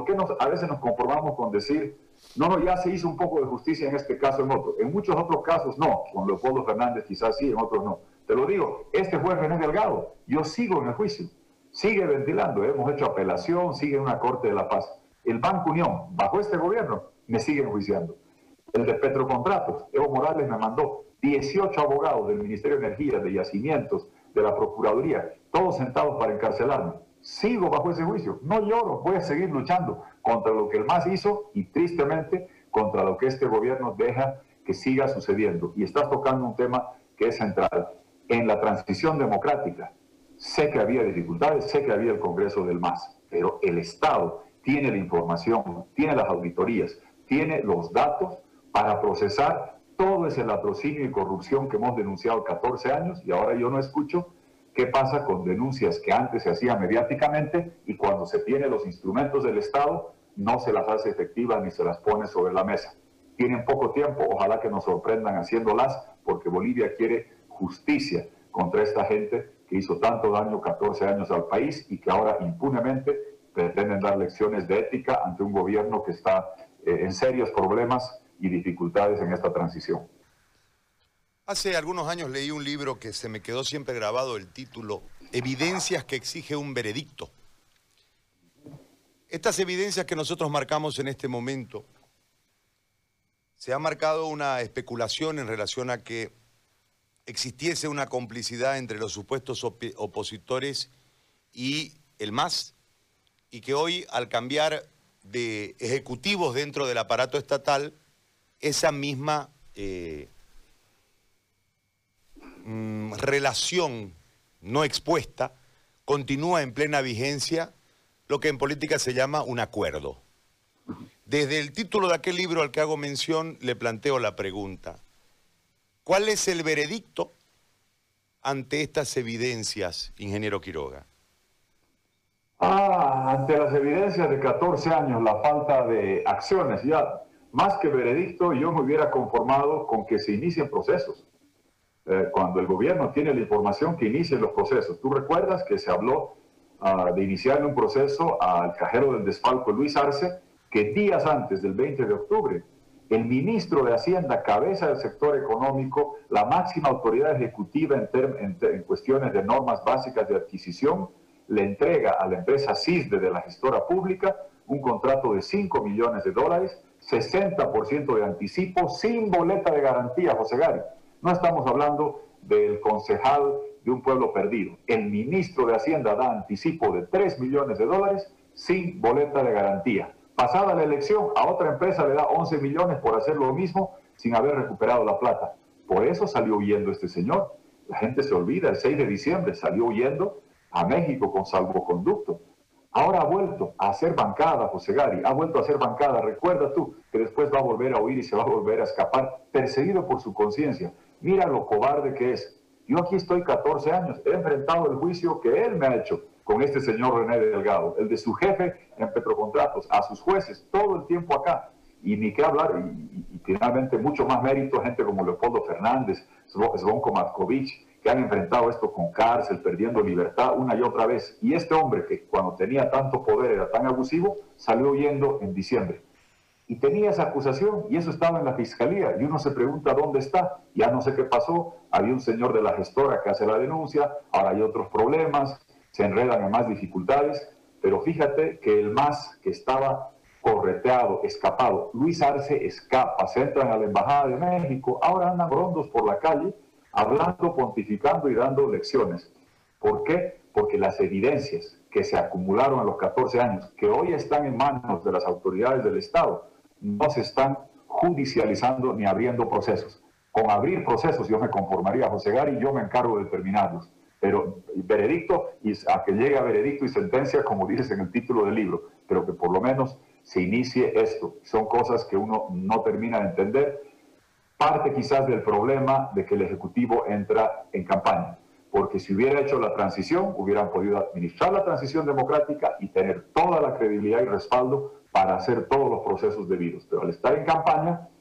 a veces nos conformamos con decir, no, ya se hizo un poco de justicia en este caso, en otro? En muchos otros casos no, con Leopoldo Fernández quizás sí, en otros no. Te lo digo, este juez René Delgado, yo sigo en el juicio, sigue ventilando, hemos hecho apelación, sigue en una corte de la paz. El Banco Unión, bajo este gobierno, me sigue enjuiciando. El de Petrocontratos, Evo Morales me mandó 18 abogados del Ministerio de Energía, de Yacimientos, de la Procuraduría, todos sentados para encarcelarme. Sigo bajo ese juicio, no lloro, voy a seguir luchando contra lo que el MAS hizo y tristemente contra lo que este gobierno deja que siga sucediendo. Y estás tocando un tema que es central. En la transición democrática, sé que había dificultades, sé que había el Congreso del MAS, pero el Estado tiene la información, tiene las auditorías, tiene los datos para procesar todo ese latrocinio y corrupción que hemos denunciado 14 años y ahora yo no escucho qué pasa con denuncias que antes se hacían mediáticamente y cuando se tienen los instrumentos del Estado no se las hace efectivas ni se las pone sobre la mesa. Tienen poco tiempo, ojalá que nos sorprendan haciéndolas porque Bolivia quiere justicia contra esta gente que hizo tanto daño 14 años al país y que ahora impunemente pretenden dar lecciones de ética ante un gobierno que está en serios problemas y dificultades en esta transición. Hace algunos años leí un libro que se me quedó siempre grabado el título, Evidencias que exige un veredicto. Estas evidencias que nosotros marcamos en este momento, se ha marcado una especulación en relación a que existiese una complicidad entre los supuestos opositores y el MAS, y que hoy, al cambiar de ejecutivos dentro del aparato estatal, esa misma relación no expuesta, continúa en plena vigencia lo que en política se llama un acuerdo. Desde el título de aquel libro al que hago mención, le planteo la pregunta: ¿cuál es el veredicto ante estas evidencias, ingeniero Quiroga? Ante las evidencias de 14 años, la falta de acciones, ya más que veredicto, yo me hubiera conformado con que se inicien procesos. Cuando el gobierno tiene la información, que inicien los procesos. Tú recuerdas que se habló de iniciar un proceso al cajero del desfalco Luis Arce, que días antes del 20 de octubre, el ministro de Hacienda, cabeza del sector económico, la máxima autoridad ejecutiva en cuestiones de normas básicas de adquisición, le entrega a la empresa CISDE de la gestora pública un contrato de $5 millones, 60% de anticipo, sin boleta de garantía, José Gary. No estamos hablando del concejal de un pueblo perdido. El ministro de Hacienda da anticipo de $3 millones sin boleta de garantía. Pasada la elección, a otra empresa le da 11 millones por hacer lo mismo sin haber recuperado la plata. Por eso salió huyendo este señor. La gente se olvida, el 6 de diciembre salió huyendo a México con salvoconducto. Ahora ha vuelto a hacer bancada, José Gary, ha vuelto a hacer bancada. Recuerda tú que después va a volver a huir y se va a volver a escapar, perseguido por su conciencia. Mira lo cobarde que es. Yo aquí estoy 14 años, he enfrentado el juicio que él me ha hecho con este señor René Delgado, el de su jefe en Petrocontratos, a sus jueces, todo el tiempo acá. Y ni qué hablar, y finalmente mucho más mérito, gente como Leopoldo Fernández, Zvonko Matkovic, que han enfrentado esto con cárcel, perdiendo libertad una y otra vez. Y este hombre, que cuando tenía tanto poder era tan abusivo, salió huyendo en diciembre. Y tenía esa acusación, y eso estaba en la fiscalía, y uno se pregunta dónde está, ya no sé qué pasó, había un señor de la gestora que hace la denuncia, ahora hay otros problemas, se enredan en más dificultades, pero fíjate que el MAS que estaba correteado, escapado, Luis Arce escapa, se entran a la Embajada de México, ahora andan rondos por la calle, hablando, pontificando y dando lecciones. ¿Por qué? Porque las evidencias que se acumularon en los 14 años, que hoy están en manos de las autoridades del Estado, no se están judicializando ni abriendo procesos. Con abrir procesos yo me conformaría, José Gary, y yo me encargo de terminarlos. Pero veredicto, y a que llegue a veredicto y sentencia, como dices en el título del libro, pero que por lo menos se inicie esto. Son cosas que uno no termina de entender. Parte quizás del problema de que el Ejecutivo entra en campaña, porque si hubiera hecho la transición, hubieran podido administrar la transición democrática y tener toda la credibilidad y respaldo para hacer todos los procesos debidos. Pero al estar en campaña,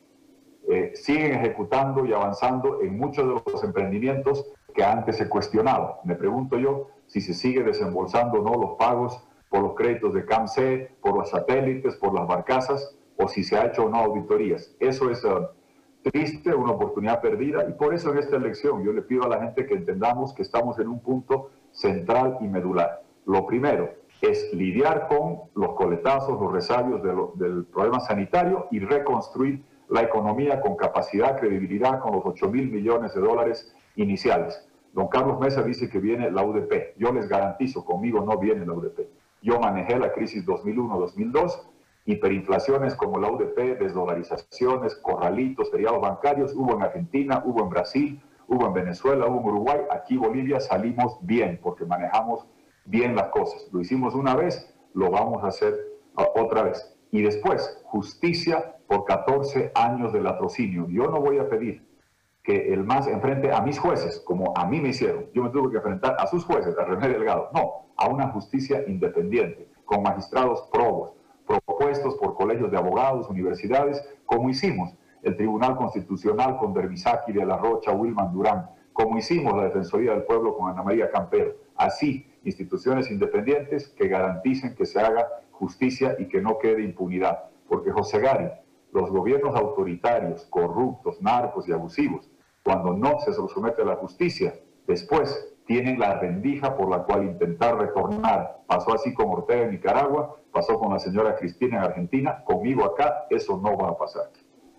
siguen ejecutando y avanzando en muchos de los emprendimientos que antes se cuestionaban. Me pregunto yo si se sigue desembolsando o no los pagos por los créditos de CAMC, por los satélites, por las barcazas, o si se ha hecho o no auditorías. Eso es triste, una oportunidad perdida, y por eso en esta elección yo le pido a la gente que entendamos que estamos en un punto central y medular. Lo primero es lidiar con los coletazos, los resabios del problema sanitario y reconstruir la economía con capacidad, credibilidad, con los $8.000 millones iniciales. Don Carlos Mesa dice que viene la UDP. Yo les garantizo, conmigo no viene la UDP. Yo manejé la crisis 2001-2002, hiperinflaciones como la UDP, desdolarizaciones, corralitos, feriados bancarios, hubo en Argentina, hubo en Brasil, hubo en Venezuela, hubo en Uruguay. Aquí Bolivia salimos bien porque manejamos bien las cosas. Lo hicimos una vez, lo vamos a hacer otra vez. Y después, justicia por 14 años de latrocinio. Yo no voy a pedir que el MAS enfrente a mis jueces, como a mí me hicieron. Yo me tuve que enfrentar a sus jueces, a René Delgado. No, a una justicia independiente, con magistrados probos, propuestos por colegios de abogados, universidades, como hicimos el Tribunal Constitucional con Dermisaki de la Rocha, Wilman Durán, como hicimos la Defensoría del Pueblo con Ana María Campero. Así, instituciones independientes que garanticen que se haga justicia y que no quede impunidad. Porque, José Gary, los gobiernos autoritarios, corruptos, narcos y abusivos, cuando no se somete a la justicia, después tienen la rendija por la cual intentar retornar. Pasó así con Ortega en Nicaragua, pasó con la señora Cristina en Argentina, conmigo acá eso no va a pasar.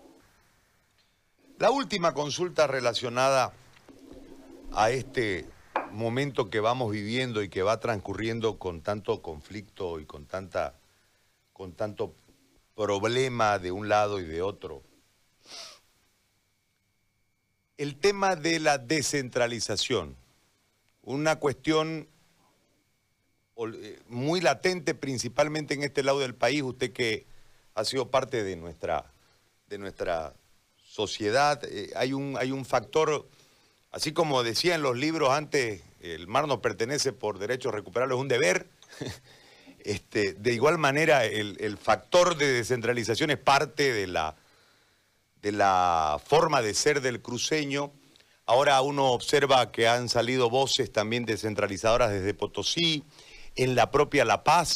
La última consulta relacionada a este momento que vamos viviendo y que va transcurriendo con tanto conflicto y con tanto problema de un lado y de otro. el tema de la descentralización, una cuestión muy latente principalmente en este lado del país, usted que ha sido parte de nuestra sociedad, hay un factor, así como decía en los libros antes, el mar nos pertenece por derecho a recuperarlo, es un deber. De igual manera, el factor de descentralización es parte de la forma de ser del cruceño. Ahora uno observa que han salido voces también descentralizadoras desde Potosí, en la propia La Paz,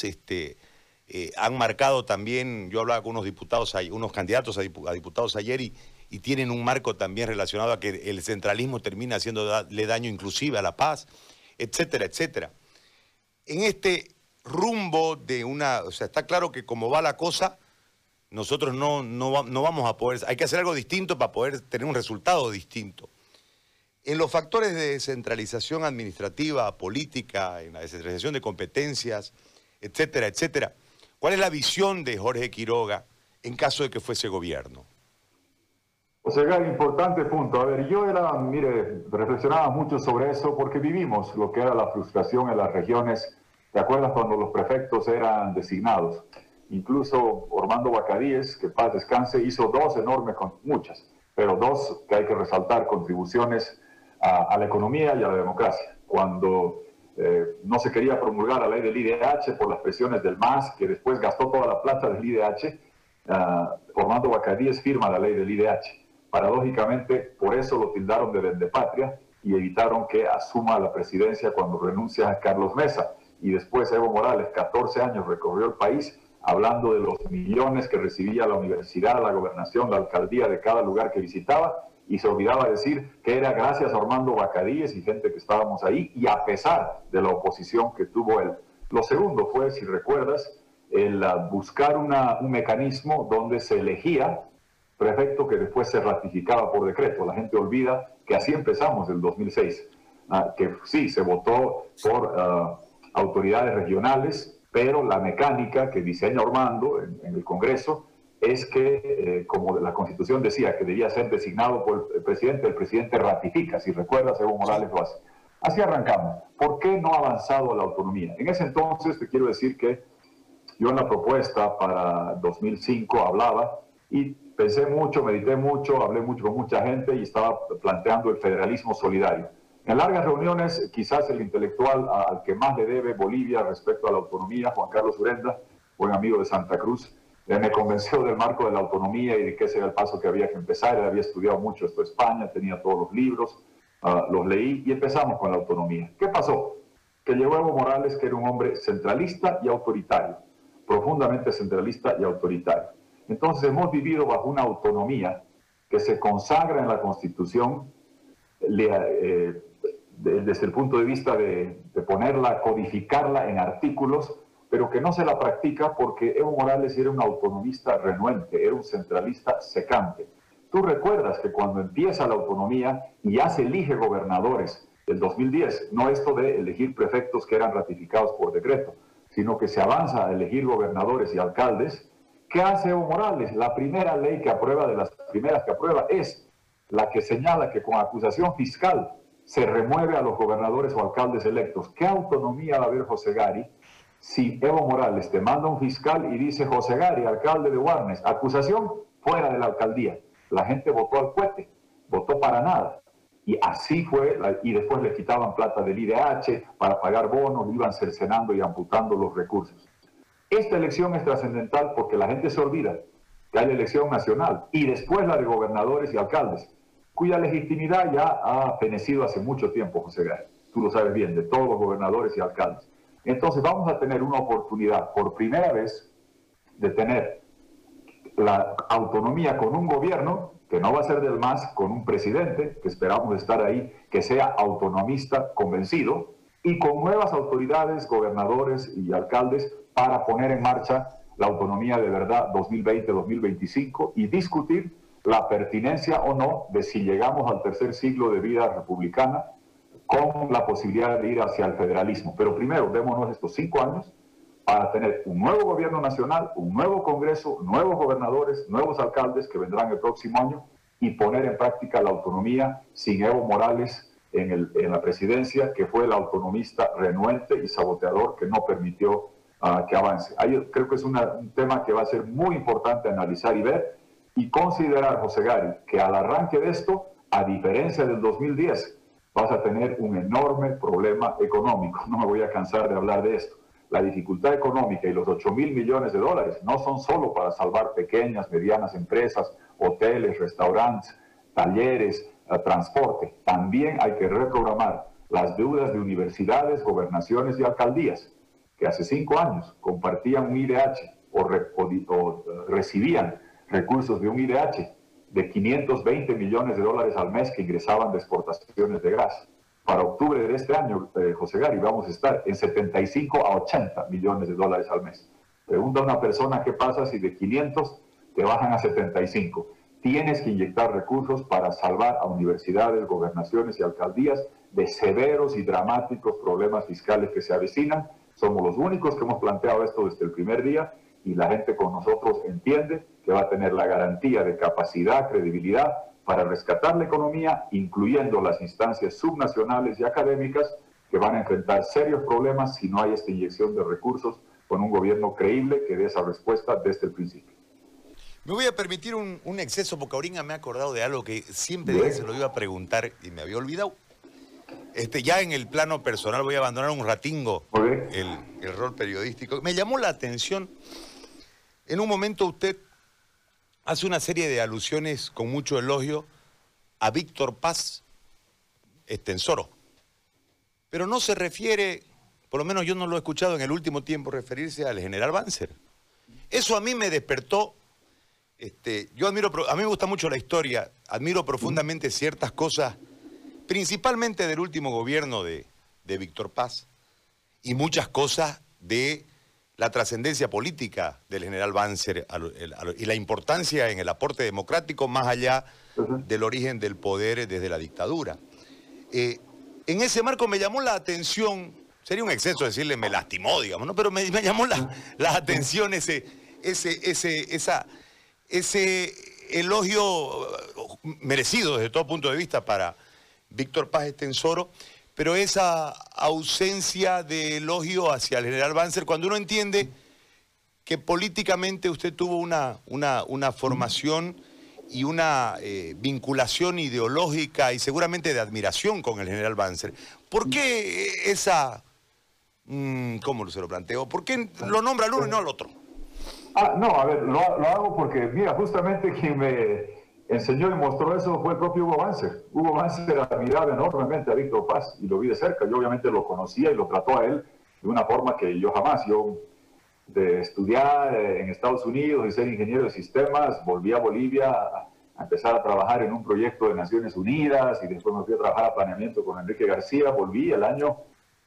han marcado también, yo hablaba con unos diputados, unos candidatos a diputados ayer y tienen un marco también relacionado a que el centralismo termina haciéndole daño inclusive a La Paz, etcétera, etcétera. En este rumbo o sea, está claro que como va la cosa, nosotros no vamos a poder, hay que hacer algo distinto para poder tener un resultado distinto. En los factores de descentralización administrativa, política, en la descentralización de competencias, etcétera, etcétera, ¿cuál es la visión de Jorge Quiroga en caso de que fuese gobierno? O sea, importante punto. A ver, mire, reflexionaba mucho sobre eso porque vivimos lo que era la frustración en las regiones. ¿Te acuerdas cuando los prefectos eran designados? Incluso Ormando Bacadíes, que paz descanse, hizo dos enormes, muchas, pero dos que hay que resaltar, contribuciones a la economía y a la democracia. Cuando no se quería promulgar la ley del IDH por las presiones del MAS, que después gastó toda la plata del IDH, Ormando Bacadíes firma la ley del IDH. Paradójicamente, por eso lo tildaron de vendepatria y evitaron que asuma la presidencia cuando renuncia Carlos Mesa. Y después Evo Morales, 14 años, recorrió el país hablando de los millones que recibía la universidad, la gobernación, la alcaldía de cada lugar que visitaba, y se olvidaba decir que era gracias a Ormando Bacadíes y gente que estábamos ahí, y a pesar de la oposición que tuvo él. Lo segundo fue, si recuerdas, el buscar un mecanismo donde se elegía prefecto que después se ratificaba por decreto. La gente olvida que así empezamos el 2006, que sí, se votó por autoridades regionales, pero la mecánica que diseña Ormando en el Congreso es que, como la Constitución decía, que debía ser designado por el presidente ratifica, si recuerdas, Evo Morales lo hace. Así arrancamos. ¿Por qué no ha avanzado la autonomía? En ese entonces te quiero decir que yo en la propuesta para 2005 hablaba y pensé mucho, medité mucho, hablé mucho con mucha gente y estaba planteando el federalismo solidario. En largas reuniones, quizás el intelectual al que más le debe Bolivia respecto a la autonomía, Juan Carlos Urenda, buen amigo de Santa Cruz, me convenció del marco de la autonomía y de que ese era el paso que había que empezar. Él había estudiado mucho esto en España, tenía todos los libros, los leí y empezamos con la autonomía. ¿Qué pasó? Que llegó Evo Morales, que era un hombre centralista y autoritario, profundamente centralista y autoritario. Entonces hemos vivido bajo una autonomía que se consagra en la Constitución desde el punto de vista de ponerla, codificarla en artículos, pero que no se la practica porque Evo Morales era un autonomista renuente, era un centralista secante. Tú recuerdas que cuando empieza la autonomía y ya se elige gobernadores, el 2010, no esto de elegir prefectos que eran ratificados por decreto, sino que se avanza a elegir gobernadores y alcaldes. ¿Qué hace Evo Morales? La primera ley que aprueba, de las primeras que aprueba, es la que señala que con acusación fiscal se remueve a los gobernadores o alcaldes electos. ¿Qué autonomía va a haber José Gari si Evo Morales te manda un fiscal y dice: José Gari, alcalde de Guarnes, acusación fuera de la alcaldía? La gente votó al cohete, votó para nada. Y así fue, y después le quitaban plata del IDH para pagar bonos, iban cercenando y amputando los recursos. Esta elección es trascendental porque la gente se olvida que hay la elección nacional y después la de gobernadores y alcaldes, cuya legitimidad ya ha fenecido hace mucho tiempo, José Gari. Tú lo sabes bien, de todos los gobernadores y alcaldes. Entonces vamos a tener una oportunidad por primera vez de tener la autonomía con un gobierno que no va a ser del MAS, con un presidente, que esperamos estar ahí, que sea autonomista convencido, y con nuevas autoridades, gobernadores y alcaldes para poner en marcha la autonomía de verdad 2020-2025 y discutir la pertinencia o no de si llegamos al tercer siglo de vida republicana con la posibilidad de ir hacia el federalismo. Pero primero, démonos estos 5 años para tener un nuevo gobierno nacional, un nuevo Congreso, nuevos gobernadores, nuevos alcaldes que vendrán el próximo año y poner en práctica la autonomía sin Evo Morales en la presidencia, que fue el autonomista renuente y saboteador que no permitió que avance. Ahí creo que es un tema que va a ser muy importante analizar y ver y considerar, José Gary, que al arranque de esto, a diferencia del 2010, vas a tener un enorme problema económico. No me voy a cansar de hablar de esto. La dificultad económica y los 8.000 millones de dólares no son solo para salvar pequeñas, medianas empresas, hoteles, restaurantes, talleres, transporte. También hay que reprogramar las deudas de universidades, gobernaciones y alcaldías, que hace 5 años compartían un IDH o recibían recursos de un IDH de 520 millones de dólares al mes que ingresaban de exportaciones de gas. Para octubre de este año, José Gary, vamos a estar en 75 a 80 millones de dólares al mes. Pregunta a una persona qué pasa si de 500 te bajan a 75. Tienes que inyectar recursos para salvar a universidades, gobernaciones y alcaldías de severos y dramáticos problemas fiscales que se avecinan. Somos los únicos que hemos planteado esto desde el primer día y la gente con nosotros entiende que va a tener la garantía de capacidad, credibilidad para rescatar la economía, incluyendo las instancias subnacionales y académicas que van a enfrentar serios problemas si no hay esta inyección de recursos con un gobierno creíble que dé esa respuesta desde el principio. Me voy a permitir un exceso porque ahorita me he acordado de algo que siempre dije, se lo iba a preguntar y me había olvidado. Ya en el plano personal voy a abandonar un ratingo el rol periodístico. Me llamó la atención, en un momento usted hace una serie de alusiones con mucho elogio a Víctor Paz Estenssoro, pero no se refiere, por lo menos yo no lo he escuchado en el último tiempo, referirse al general Banzer. Eso a mí me despertó. A mí me gusta mucho la historia, admiro profundamente ciertas cosas, principalmente del último gobierno de Víctor Paz, y muchas cosas de la trascendencia política del general Banzer y la importancia en el aporte democrático más allá del origen del poder desde la dictadura. En ese marco me llamó la atención, sería un exceso decirle me lastimó, digamos, ¿no? Pero me llamó la atención ese elogio merecido desde todo punto de vista para Víctor Paz Estenssoro, pero esa ausencia de elogio hacia el general Banzer, cuando uno entiende que políticamente usted tuvo una formación y una vinculación ideológica y seguramente de admiración con el general Banzer. ¿Por qué cómo se lo planteo? ¿Por qué lo nombra al uno y no al otro? No, a ver, lo hago porque, mira, justamente quien me enseñó y mostró eso fue el propio Hugo Banzer. Hugo Banzer admiraba enormemente a Víctor Paz y lo vi de cerca. Yo obviamente lo conocía y lo trató a él de una forma que yo jamás. Yo, de estudiar en Estados Unidos y ser ingeniero de sistemas, volví a Bolivia a empezar a trabajar en un proyecto de Naciones Unidas y después me fui a trabajar a planeamiento con Enrique García. Volví el año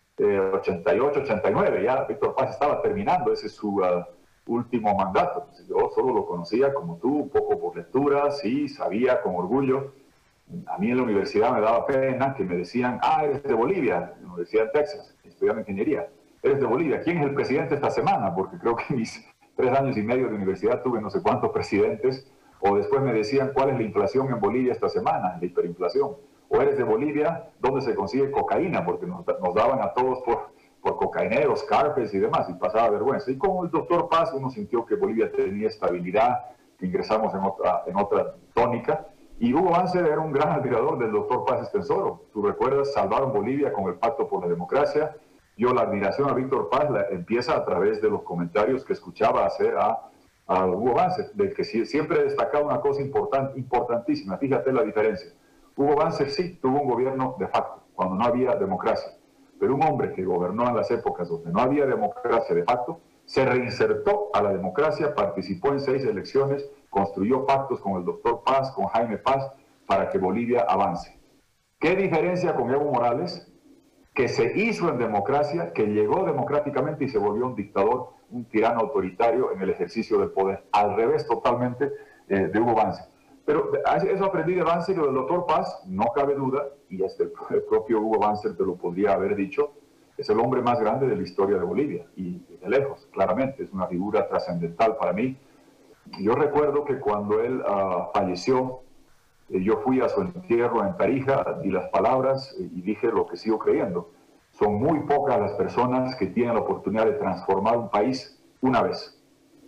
88, 89. Ya Víctor Paz estaba terminando, ese es su último mandato. Yo solo lo conocía como tú, un poco por lectura, sí, sabía con orgullo. A mí en la universidad me daba pena que me decían, eres de Bolivia, en la Universidad de Texas, estudiando ingeniería. Eres de Bolivia, ¿quién es el presidente esta semana? Porque creo que en mis 3 años y medio de universidad tuve no sé cuántos presidentes. O después me decían, ¿cuál es la inflación en Bolivia esta semana? La hiperinflación. O eres de Bolivia, ¿dónde se consigue cocaína? Porque nos daban a todos por cocaineros, carpes y demás, y pasaba vergüenza. Y como el doctor Paz, uno sintió que Bolivia tenía estabilidad, que ingresamos en otra tónica, y Hugo Banzer era un gran admirador del doctor Paz Estenssoro. Tú recuerdas, salvaron Bolivia con el Pacto por la Democracia. Yo la admiración a Víctor Paz empieza a través de los comentarios que escuchaba hacer a Hugo Banzer, del que siempre he destacado una cosa importantísima. Fíjate la diferencia. Hugo Banzer sí tuvo un gobierno de facto, cuando no había democracia. Pero un hombre que gobernó en las épocas donde no había democracia de facto, se reinsertó a la democracia, participó en 6 elecciones, construyó pactos con el doctor Paz, con Jaime Paz, para que Bolivia avance. ¿Qué diferencia con Evo Morales, que se hizo en democracia, que llegó democráticamente y se volvió un dictador, un tirano autoritario en el ejercicio del poder? Al revés totalmente de Hugo Banzer. Pero eso aprendí de Banzer y del doctor Paz, no cabe duda, y el propio Hugo Banzer te lo podría haber dicho, es el hombre más grande de la historia de Bolivia, y de lejos, claramente, es una figura trascendental para mí. Yo recuerdo que cuando él falleció, Yo fui a su entierro en Tarija, di las palabras y dije lo que sigo creyendo. Son muy pocas las personas que tienen la oportunidad de transformar un país una vez.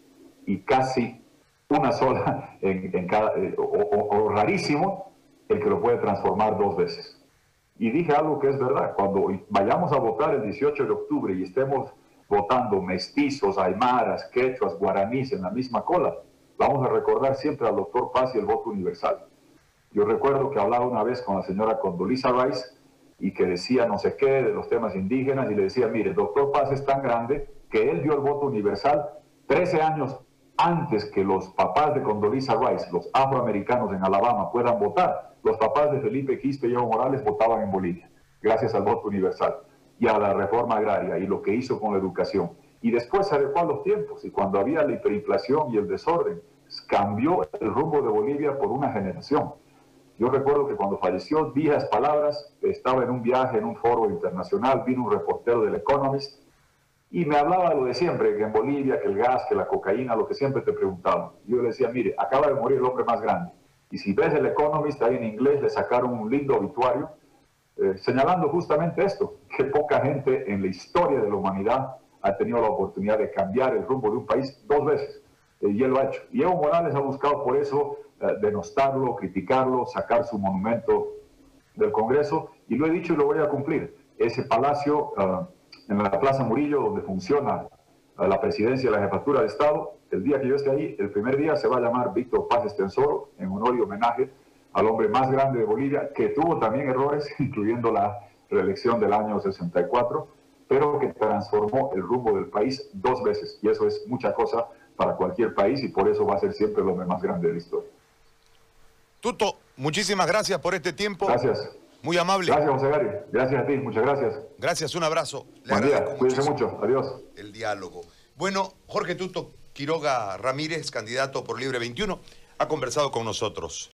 Y casi una sola en cada, o rarísimo el que lo puede transformar 2 veces. Y dije algo que es verdad, cuando vayamos a votar el 18 de octubre y estemos votando mestizos, aymaras, quechuas, guaraníes en la misma cola, vamos a recordar siempre al doctor Paz y el voto universal. Yo recuerdo que hablaba una vez con la señora Condoleezza Rice y que decía no sé qué de los temas indígenas y le decía, mire, el doctor Paz es tan grande que él dio el voto universal 13 años antes que los papás de Condoleezza Rice, los afroamericanos en Alabama, puedan votar. Los papás de Felipe Quispe y Evo Morales votaban en Bolivia, gracias al voto universal y a la reforma agraria y lo que hizo con la educación. Y después se adecuó a los tiempos y cuando había la hiperinflación y el desorden, cambió el rumbo de Bolivia por una generación. Yo recuerdo que cuando falleció Díaz Palabras, estaba en un viaje, en un foro internacional, vino un reportero del Economist y me hablaba de lo de siempre, que en Bolivia, que el gas, que la cocaína, lo que siempre te preguntaban. Yo le decía, mire, acaba de morir el hombre más grande. Y si ves el Economist, ahí en inglés le sacaron un lindo obituario señalando justamente esto, que poca gente en la historia de la humanidad ha tenido la oportunidad de cambiar el rumbo de un país 2 veces. Y él lo ha hecho. Y Evo Morales ha buscado por eso denostarlo, criticarlo, sacar su monumento del Congreso, y lo he dicho y lo voy a cumplir. Ese palacio en la Plaza Murillo, donde funciona la presidencia y la jefatura de Estado, el día que yo esté ahí, el primer día se va a llamar Víctor Paz Estenssoro, en honor y homenaje al hombre más grande de Bolivia, que tuvo también errores, incluyendo la reelección del año 64, pero que transformó el rumbo del país 2 veces, y eso es mucha cosa para cualquier país, y por eso va a ser siempre el hombre más grande de la historia. Tuto, muchísimas gracias por este tiempo. Gracias. Muy amable. Gracias, José Gary. Gracias a ti, muchas gracias. Gracias, un abrazo. Le Buen día, agradezco cuídense muchísimo mucho. Adiós. el diálogo. Bueno, Jorge Tuto Quiroga Ramírez, candidato por Libre 21, ha conversado con nosotros.